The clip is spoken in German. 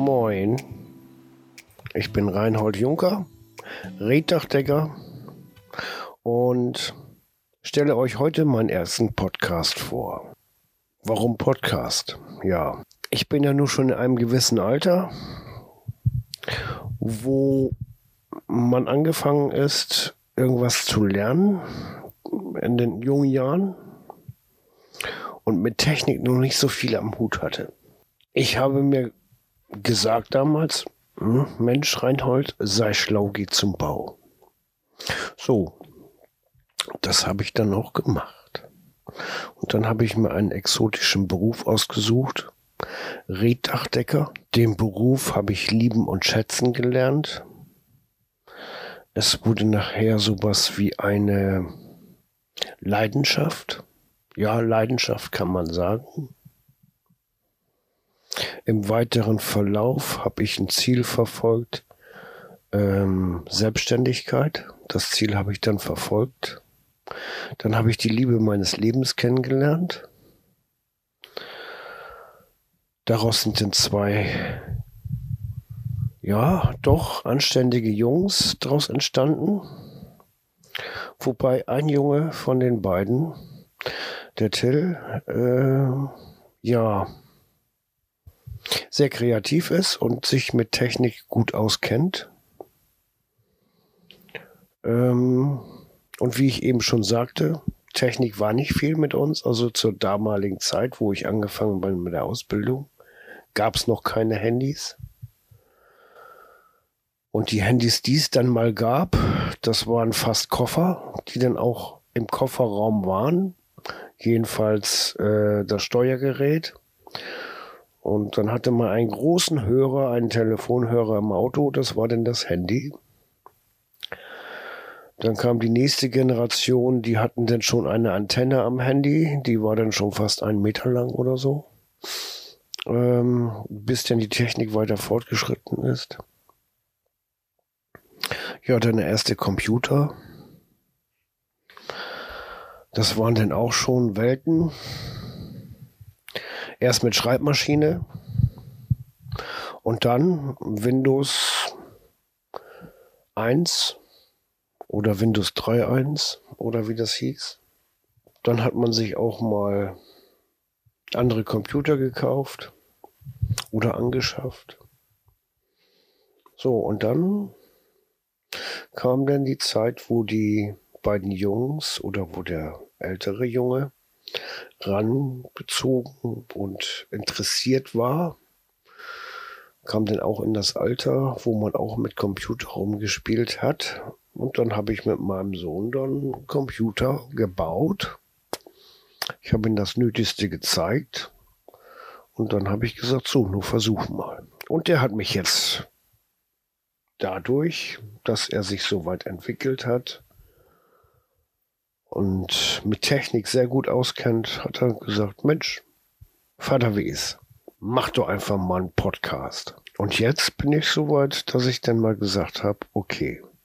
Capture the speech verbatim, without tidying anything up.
Moin, ich bin Reinhold Juncker, Reddachdecker und stelle euch heute meinen ersten Podcast vor. Warum Podcast? Ja, ich bin ja nun schon in einem gewissen Alter, wo man angefangen ist, irgendwas zu lernen in den jungen Jahren und mit Technik noch nicht so viel am Hut hatte. Ich habe mir gesagt damals, hm, Mensch Reinhold, sei schlau, geh zum Bau. So, das habe ich dann auch gemacht. Und dann habe ich mir einen exotischen Beruf ausgesucht, Reddachdecker. Den Beruf habe ich lieben und schätzen gelernt. Es wurde nachher sowas wie eine Leidenschaft. Ja, Leidenschaft kann man sagen. Im weiteren Verlauf habe ich ein Ziel verfolgt, ähm, Selbstständigkeit. Das Ziel habe ich dann verfolgt. Dann habe ich die Liebe meines Lebens kennengelernt. Daraus sind dann zwei, ja, doch anständige Jungs daraus entstanden. Wobei ein Junge von den beiden, der Till, äh, ja, sehr kreativ ist und sich mit Technik gut auskennt. Ähm, und wie ich eben schon sagte, Technik war nicht viel mit uns. Also zur damaligen Zeit, wo ich angefangen bin mit der Ausbildung, gab es noch keine Handys. Und die Handys, die es dann mal gab, das waren fast Koffer, die dann auch im Kofferraum waren. Jedenfalls äh, das Steuergerät. Und dann hatte man einen großen Hörer, einen Telefonhörer im Auto, das war dann das Handy. Dann kam die nächste Generation, die hatten dann schon eine Antenne am Handy, die war dann schon fast einen Meter lang oder so, ähm, bis dann die Technik weiter fortgeschritten ist. Ja, dann der erste Computer. Das waren dann auch schon Welten. Erst mit Schreibmaschine und dann Windows eins oder Windows drei Punkt eins oder wie das hieß. Dann hat man sich auch mal andere Computer gekauft oder angeschafft. So, und dann kam dann die Zeit, wo die beiden Jungs oder wo der ältere Junge rangezogen und interessiert war, kam dann auch in das Alter, wo man auch mit Computer rumgespielt hat. Und dann habe ich mit meinem Sohn dann einen Computer gebaut. Ich habe ihm das Nötigste gezeigt. Und dann habe ich gesagt, so, nur versuch mal. Und der hat mich jetzt dadurch, dass er sich so weit entwickelt hat, und mit Technik sehr gut auskennt, hat er gesagt, Mensch, Vater Wies, mach doch einfach mal einen Podcast. Und jetzt bin ich so weit, dass ich dann mal gesagt habe, okay,